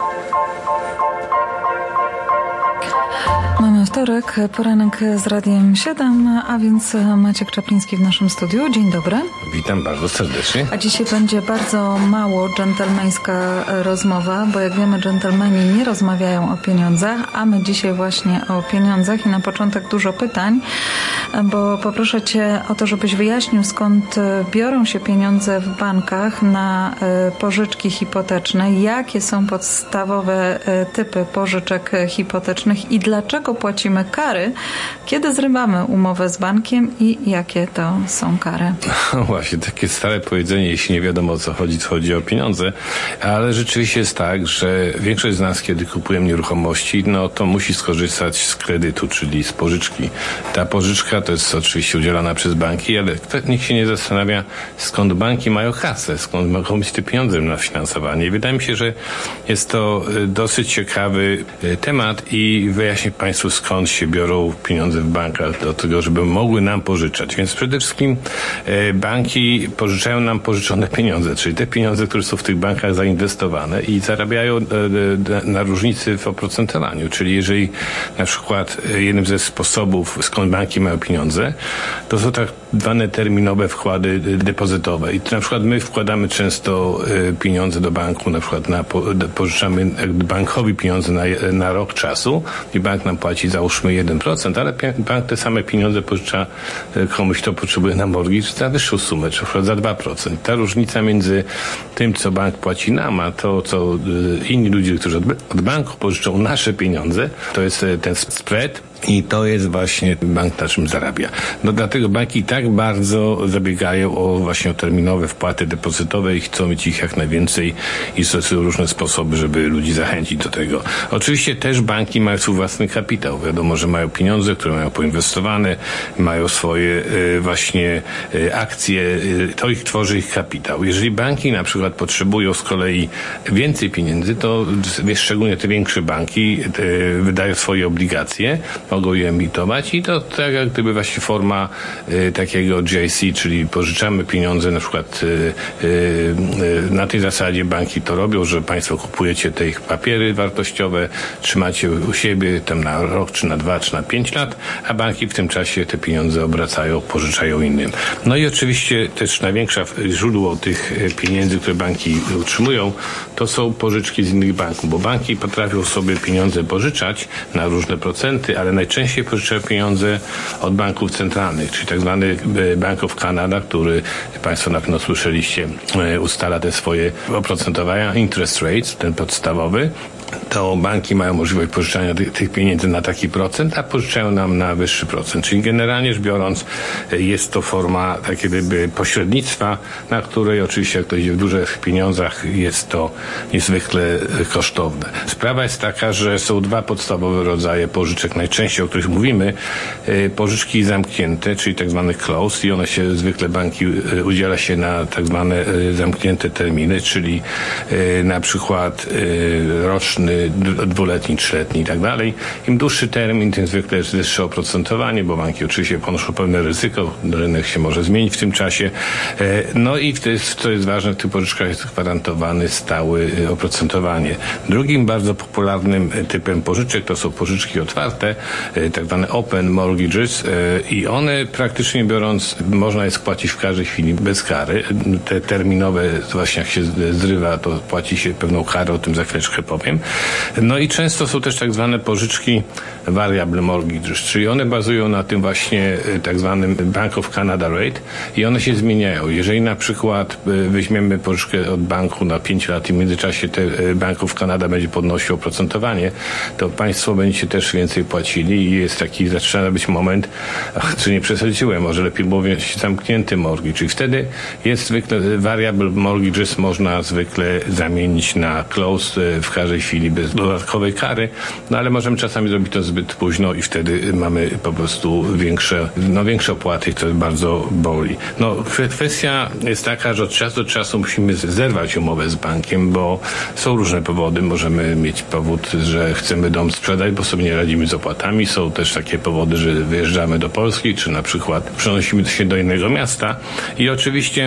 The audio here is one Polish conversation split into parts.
Mamy wtorek, poranek z Radiem 7, a więc Maciek Czapliński w naszym studiu. Dzień dobry. Witam bardzo serdecznie. A dzisiaj będzie bardzo mało dżentelmeńska rozmowa, bo jak wiemy, dżentelmeni nie rozmawiają o pieniądzach, a my dzisiaj właśnie o pieniądzach i na początek dużo pytań, bo poproszę Cię o to, żebyś wyjaśnił, skąd biorą się pieniądze w bankach na pożyczki hipoteczne, jakie są podstawowe typy pożyczek hipotecznych i dlaczego płacimy kary, kiedy zrywamy umowę z bankiem i jakie to są kary. No właśnie, takie stare powiedzenie, jeśli nie wiadomo o co chodzi, to chodzi o pieniądze, ale rzeczywiście jest tak, że większość z nas, kiedy kupuje nieruchomości, no to musi skorzystać z kredytu, czyli z pożyczki. Ta pożyczka to jest oczywiście udzielana przez banki, ale nikt się nie zastanawia, skąd banki mają kasę, skąd mogą być te pieniądze na finansowanie. Wydaje mi się, że jest to dosyć ciekawy temat i wyjaśnię Państwu, skąd się biorą pieniądze w bankach do tego, żeby mogły nam pożyczać. Więc przede wszystkim banki pożyczają nam pożyczone pieniądze, czyli te pieniądze, które są w tych bankach zainwestowane i zarabiają na różnicy w oprocentowaniu. Czyli jeżeli na przykład jednym ze sposobów, skąd banki mają pieniądze, to są tak zwane terminowe wkłady depozytowe. I na przykład my wkładamy często pieniądze do banku, na przykład pożyczamy bankowi pieniądze na rok czasu i bank nam płaci załóżmy 1%, ale bank te same pieniądze pożycza komuś, kto potrzebuje na mortgage za wyższą sumę, czy na przykład za 2%. Ta różnica między tym, co bank płaci nam, a to, co inni ludzie, którzy od banku pożyczą nasze pieniądze, to jest ten spread. I to jest właśnie bank, na czym zarabia. No dlatego banki tak bardzo zabiegają o właśnie terminowe wpłaty depozytowe i chcą mieć ich jak najwięcej i stosują różne sposoby, żeby ludzi zachęcić do tego. Oczywiście też banki mają swój własny kapitał. Wiadomo, że mają pieniądze, które mają poinwestowane, mają swoje właśnie akcje, to ich tworzy ich kapitał. Jeżeli banki na przykład potrzebują z kolei więcej pieniędzy, to szczególnie te większe banki wydają swoje obligacje, mogą je emitować i to tak jak gdyby właśnie forma takiego GIC, czyli pożyczamy pieniądze na przykład na tej zasadzie banki to robią, że państwo kupujecie te ich papiery wartościowe, trzymacie u siebie tam na rok, czy na 2, czy na 5 lat, a banki w tym czasie te pieniądze obracają, pożyczają innym. No i oczywiście też największe źródło tych pieniędzy, które banki utrzymują, to są pożyczki z innych banków, bo banki potrafią sobie pieniądze pożyczać na różne procenty, ale najczęściej pożyczają pieniądze od banków centralnych, czyli tak zwany Bank of Canada, który Państwo na pewno słyszeliście, ustala te swoje oprocentowania, interest rates, ten podstawowy. To banki mają możliwość pożyczania tych pieniędzy na taki procent, a pożyczają nam na wyższy procent. Czyli generalnie rzecz biorąc jest to forma takiej jakby pośrednictwa, na której oczywiście jak ktoś jest w dużych pieniądzach jest to niezwykle kosztowne. Sprawa jest taka, że są dwa podstawowe rodzaje pożyczek, najczęściej o których mówimy. Pożyczki zamknięte, czyli tak zwane closed i one się zwykle banki udziela się na tak zwane zamknięte terminy, czyli na przykład roczny, dwuletni, trzyletni i tak dalej. Im dłuższy termin, tym zwykle jest wyższe oprocentowanie, bo banki oczywiście ponoszą pewne ryzyko, rynek się może zmienić w tym czasie. No i co jest ważne, w tych pożyczkach jest gwarantowany stały oprocentowanie. Drugim bardzo popularnym typem pożyczek to są pożyczki otwarte, tak zwane open mortgages i one praktycznie biorąc można je spłacić w każdej chwili bez kary. Te terminowe właśnie jak się zrywa, to płaci się pewną karę, o tym za chwileczkę powiem. No i często są też tak zwane pożyczki variable mortgages, czyli one bazują na tym właśnie tak zwanym Bank of Canada rate i one się zmieniają. Jeżeli na przykład weźmiemy pożyczkę od banku na 5 lat i w międzyczasie Bank of Canada będzie podnosił oprocentowanie, to państwo będziecie też więcej płacili i jest taki, zaczyna być moment, czy nie przesadziłem, może lepiej mówić zamknięty mortgage, czyli wtedy jest zwykle variable mortgages można zwykle zamienić na closed w każdej chwili bez dodatkowej kary, no ale możemy czasami zrobić to zbyt późno i wtedy mamy po prostu większe opłaty, to bardzo boli. No kwestia jest taka, że od czasu do czasu musimy zerwać umowę z bankiem, bo są różne powody. Możemy mieć powód, że chcemy dom sprzedać, bo sobie nie radzimy z opłatami. Są też takie powody, że wyjeżdżamy do Polski, czy na przykład przenosimy się do innego miasta i oczywiście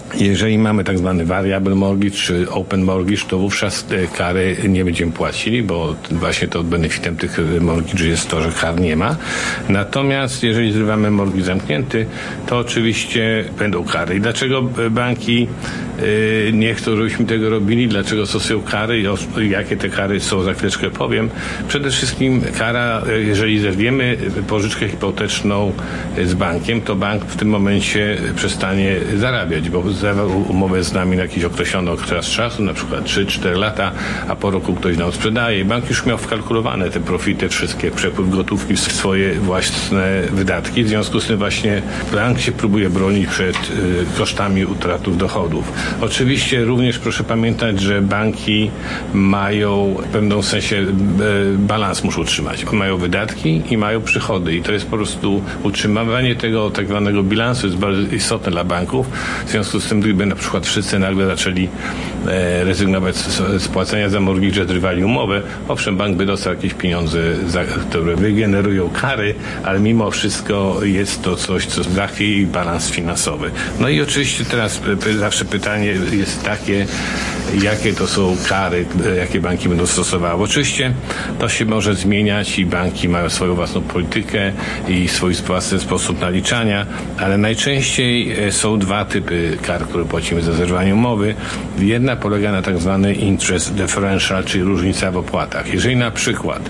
Jeżeli mamy tak zwany variable mortgage czy open mortgage, to wówczas kary nie będziemy płacili, bo właśnie to benefitem tych mortgage jest to, że kar nie ma. Natomiast jeżeli zrywamy mortgage zamknięty, to oczywiście będą kary. I dlaczego banki nie chcą, żebyśmy tego robili? Dlaczego stosują kary i jakie te kary są, za chwileczkę powiem. Przede wszystkim kara, jeżeli zerwiemy pożyczkę hipoteczną z bankiem, to bank w tym momencie przestanie zarabiać, bo zerwał umowę z nami na jakiś określony okres czasu, na przykład 3-4 lata, a po roku ktoś nam sprzedaje. Bank już miał wkalkulowane te profity, wszystkie przepływ gotówki w swoje własne wydatki. W związku z tym właśnie bank się próbuje bronić przed kosztami utratów dochodów. Oczywiście również proszę pamiętać, że banki mają w pewnym sensie balans muszą utrzymać. Mają wydatki i mają przychody i to jest po prostu utrzymywanie tego tak zwanego bilansu jest bardzo istotne dla banków. W związku z tym, gdyby na przykład wszyscy nagle zaczęli rezygnować z płacenia za mortgage, zrywali umowę, owszem, bank by dostał jakieś pieniądze, które wygenerują kary, ale mimo wszystko jest to coś, co zachwieje balans finansowy. No i oczywiście teraz zawsze pytanie jest takie, jakie to są kary, jakie banki będą stosowały. Oczywiście to się może zmieniać i banki mają swoją własną politykę i swój własny sposób naliczania, ale najczęściej są dwa typy kar, które płacimy za zerwanie umowy. Jedna polega na tak zwany interest differential, czyli różnica w opłatach. Jeżeli na przykład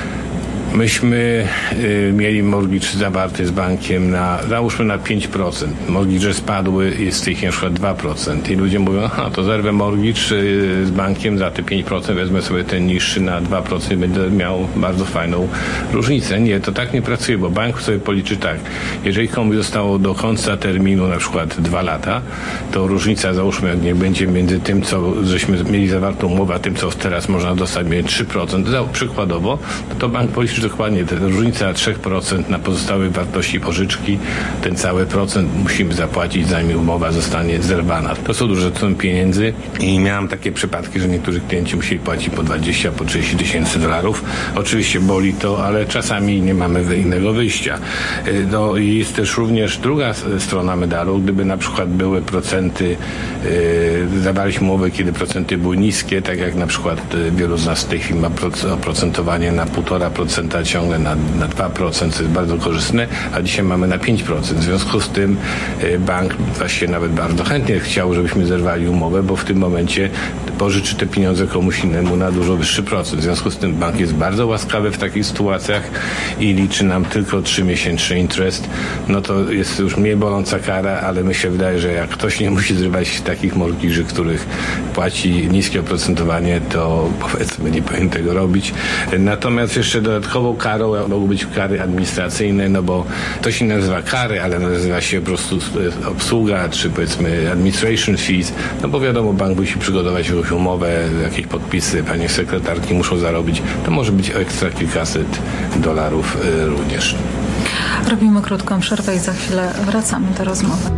myśmy mieli mortgage zawarty z bankiem załóżmy na 5%. Mortgage spadły, jest w tej chwili na przykład 2%. I ludzie mówią, aha, to zerwę mortgage z bankiem za te 5%, wezmę sobie ten niższy na 2% i będę miał bardzo fajną różnicę. Nie, to tak nie pracuje, bo bank sobie policzy tak. Jeżeli komuś zostało do końca terminu na przykład 2 lata, to różnica, załóżmy, jak nie będzie między tym, co żeśmy mieli zawartą umowę, a tym, co teraz można dostać między 3%, przykładowo, to bank policzy dokładnie różnica 3% na pozostałej wartości pożyczki, ten cały procent musimy zapłacić, zanim umowa zostanie zerwana. To są duże sumy pieniędzy i miałem takie przypadki, że niektórzy klienci musieli płacić po 20, po 30 tysięcy dolarów. Oczywiście boli to, ale czasami nie mamy innego wyjścia. No i jest też również druga strona medalu, gdyby na przykład były procenty, zawarliśmy umowę, kiedy procenty były niskie, tak jak na przykład wielu z nas w tej chwili ma oprocentowanie na 1,5% ciągle na 2%, co jest bardzo korzystne, a dzisiaj mamy na 5%. W związku z tym bank właściwie nawet bardzo chętnie chciał, żebyśmy zerwali umowę, bo w tym momencie pożyczy te pieniądze komuś innemu na dużo wyższy procent. W związku z tym bank jest bardzo łaskawy w takich sytuacjach i liczy nam tylko 3-miesięczny interest. No to jest już mniej boląca kara, ale mi się wydaje, że jak ktoś nie musi zrywać takich mortgage'y, których płaci niskie oprocentowanie, to powiedzmy nie powinien tego robić. Natomiast jeszcze dodatkową karą mogą być kary administracyjne, no bo to się nazywa kary, ale nazywa się po prostu obsługa, czy powiedzmy administration fees, no bo wiadomo, bank musi przygotować jakąś umowę, jakieś podpisy, panie sekretarki muszą zarobić, to może być ekstra kilkaset dolarów również. Robimy krótką przerwę i za chwilę wracamy do rozmowy.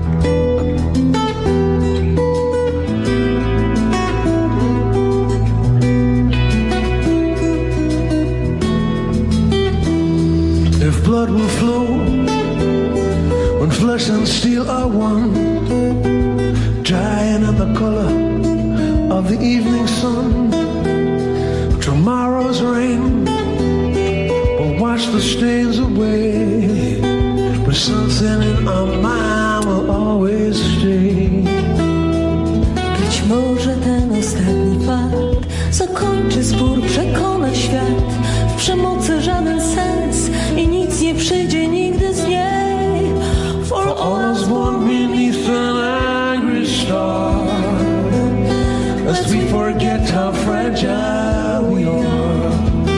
Blood will flow when flesh and steel are one, drying up the color of the evening sun. Tomorrow's rain will wash the stains away, but something in our mind will always stay. Być może ten ostatni fakt zakończy spór, przekona świat. W przemocy żaden sens i nic nie przyjdzie nigdy z niej. For all is born beneath an angry star, lest we forget how fragile we are.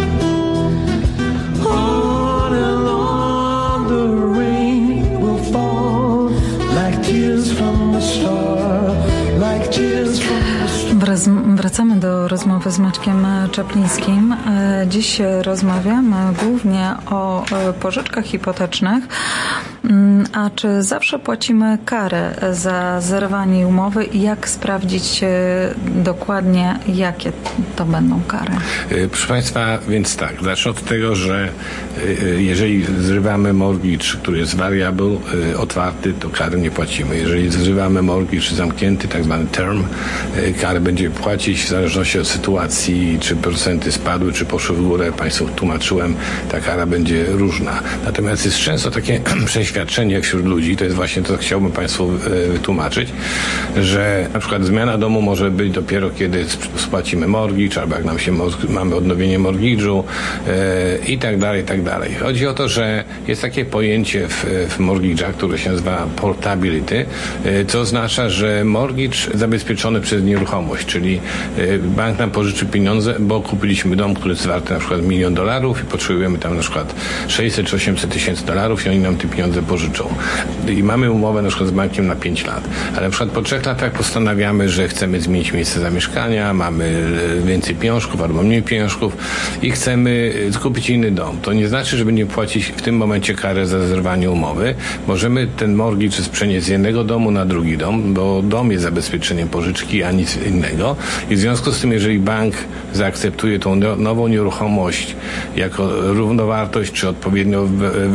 On and on the rain will fall like tears from the star, like tears from the star. Wracamy do rozmowy z Maćkiem Czaplińskim. Dziś rozmawiamy głównie o pożyczkach hipotecznych. A czy zawsze płacimy karę za zerwanie umowy i jak sprawdzić dokładnie, jakie to będą kary? Proszę Państwa, więc tak, zacznę od tego, że jeżeli zrywamy mortgage, który jest variable, otwarty, to kary nie płacimy. Jeżeli zrywamy mortgage zamknięty, tak zwany term, kary będziemy płacić w zależności od sytuacji, czy procenty spadły, czy poszły w górę. Państwu tłumaczyłem, ta kara będzie różna. Natomiast jest często takie przeświadczenie wśród ludzi, to jest właśnie to, co chciałbym Państwu wytłumaczyć, że na przykład zmiana domu może być dopiero kiedy spłacimy mortgage, albo jak nam się mamy odnowienie mortgage'u i tak dalej, i tak dalej. Chodzi o to, że jest takie pojęcie w mortgage'ach, które się nazywa portability, co oznacza, że mortgage zabezpieczony przez nieruchomość, czyli bank nam pożyczy pieniądze, bo kupiliśmy dom, który jest warty na przykład $1 milion i potrzebujemy tam na przykład 600 czy 800 tysięcy dolarów i oni nam te pieniądze pożyczą. I mamy umowę na przykład z bankiem na 5 lat. Ale na przykład po 3 latach postanawiamy, że chcemy zmienić miejsce zamieszkania, mamy więcej pieniążków albo mniej pieniążków i chcemy kupić inny dom. To nie znaczy, że będziemy płacić w tym momencie karę za zerwanie umowy. Możemy ten mortgage przenieść z jednego domu na drugi dom, bo dom jest zabezpieczeniem pożyczki, a nic innego. I w związku z tym, jeżeli bank zaakceptuje tą nową nieruchomość jako równowartość, czy odpowiednio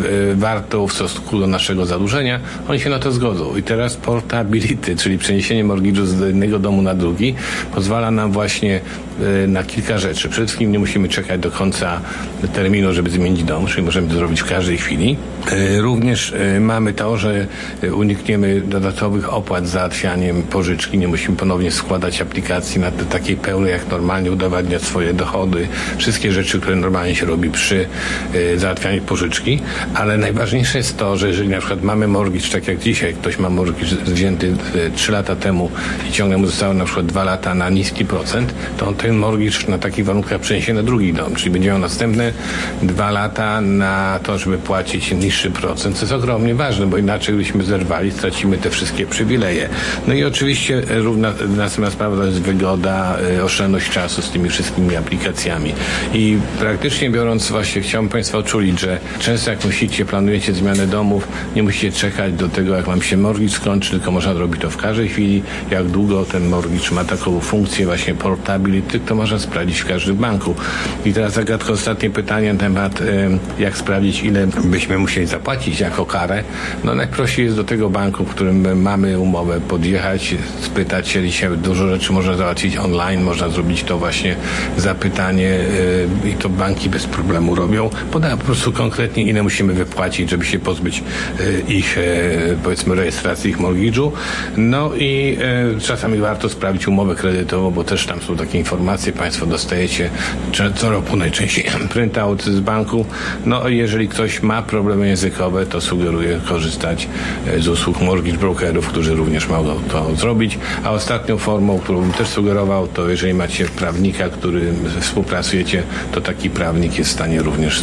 wartą w stosunku do naszego zadłużenia, oni się na to zgodzą. I teraz portability, czyli przeniesienie mortgage'u z jednego domu na drugi, pozwala nam właśnie na kilka rzeczy. Przede wszystkim nie musimy czekać do końca terminu, żeby zmienić dom, czyli możemy to zrobić w każdej chwili. Również mamy to, że unikniemy dodatkowych opłat za załatwianiem pożyczki, nie musimy ponownie składać aplikacji na takiej pełnej, jak normalnie udowadniać swoje dochody, wszystkie rzeczy, które normalnie się robi przy załatwianiu pożyczki, ale najważniejsze jest to, że jeżeli na przykład mamy mortgage, tak jak dzisiaj, ktoś ma mortgage wzięty 3 lata temu i ciągle mu zostało na przykład 2 lata na niski procent, to on ten mortgage na takich warunkach przeniesie na drugi dom, czyli będzie miał następne 2 lata na to, żeby płacić niższy procent, co jest ogromnie ważne, bo inaczej gdybyśmy zerwali, stracimy te wszystkie przywileje. No i oczywiście następna sprawa to jest wygoda, oszczędność czasu z tymi wszystkimi aplikacjami. I praktycznie biorąc, właśnie chciałbym Państwa uczulić, że często jak planujecie zmianę domów, nie musicie czekać do tego, jak wam się mortgage skończy, tylko można zrobić to w każdej chwili. Jak długo ten mortgage ma taką funkcję właśnie portability, to można sprawdzić w każdym banku. I teraz zagadka, ostatnie pytanie na temat, jak sprawdzić, ile byśmy musieli zapłacić jako karę. No najprościej jest do tego banku, w którym mamy umowę, podjechać, spytać się. Dzisiaj dużo rzeczy można załatwić online, można zrobić to właśnie zapytanie i to banki bez problemu robią. Podają po prostu konkretnie, ile musimy wypłacić, żeby się pozbyć ich, powiedzmy, rejestracji ich mortgage'u. No i czasami warto sprawdzić umowę kredytową, bo też tam są takie informacje, Państwo dostajecie co roku najczęściej printout z banku. No i jeżeli ktoś ma problemy językowe, to sugeruję korzystać z usług mortgage brokerów, którzy również mogą to zrobić. A ostatnią formą, którą bym też sugerował, to jeżeli macie prawnika, który współpracujecie, to taki prawnik jest w stanie również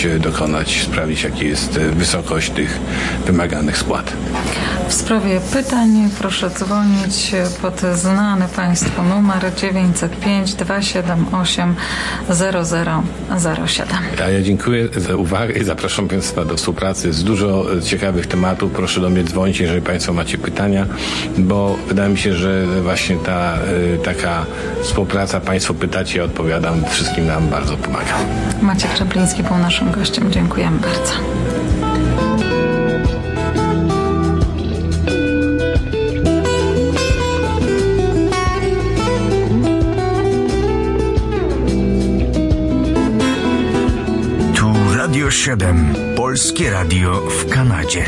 sprawdzić, jaka jest wysokość tych wymaganych spłat. W sprawie pytań proszę dzwonić pod znany Państwu numer 905 278 0007. A ja dziękuję za uwagę i zapraszam Państwa do współpracy. Z dużo ciekawych tematów. Proszę do mnie dzwonić, jeżeli Państwo macie pytania, bo wydaje mi się, że właśnie taka współpraca, Państwo pytacie, ja odpowiadam, wszystkim nam bardzo pomaga. Maciek Czapliński był naszym gościem. Dziękujemy bardzo. Radio 7. Polskie Radio w Kanadzie.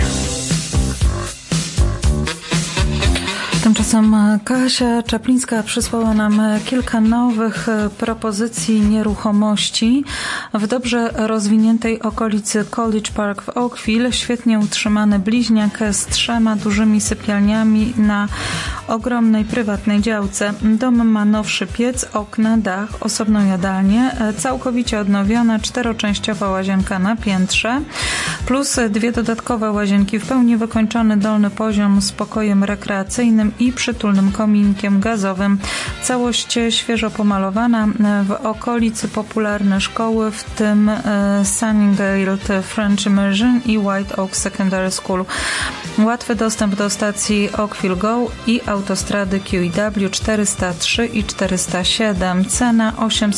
Tymczasem Kasia Czaplińska przysłała nam kilka nowych propozycji nieruchomości w dobrze rozwiniętej okolicy College Park w Oakville. Świetnie utrzymany bliźniak z 3 dużymi sypialniami na ogromnej prywatnej działce. Dom ma nowszy piec, okna, dach, osobną jadalnię, całkowicie odnowiona 4-częściowa łazienka na piętrze, plus 2 dodatkowe łazienki, w pełni wykończony dolny poziom z pokojem rekreacyjnym i przytulnym kominkiem gazowym. Całość świeżo pomalowana, w okolicy popularne szkoły, w tym Sunningdale French Immersion i White Oak Secondary School. Łatwy dostęp do stacji Oakville Go i autostrady QEW 403 i 407. Cena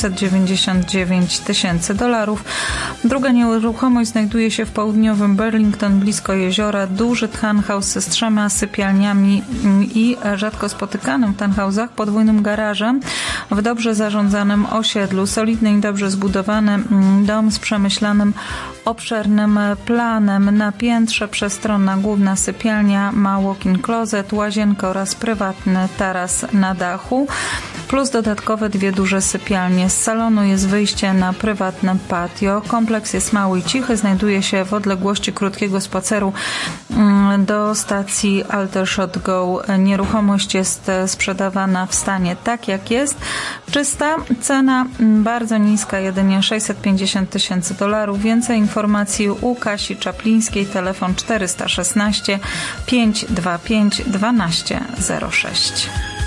$899,000. Druga nieruchomość znajduje się w południowym Burlington, blisko jeziora. Duży townhouse z 3 sypialniami i rzadko spotykanym w townhouse'ach podwójnym garażem w dobrze zarządzanym osiedlu. Solidny i dobrze zbudowany dom z przemyślanym, obszernym planem. Na piętrze przestronna główna sypialnia ma walk-in closet, łazienkę oraz prywatny taras na dachu, plus dodatkowe 2 duże sypialnie. Z salonu jest wyjście na prywatne patio. Kompleks jest mały i cichy, znajduje się w odległości krótkiego spaceru do stacji Aldershot Go. Nieruchomość jest sprzedawana w stanie tak jak jest. Czysta, cena bardzo niska, jedynie $650,000. Więcej informacji u Kasi Czaplińskiej, telefon 416 525 1206.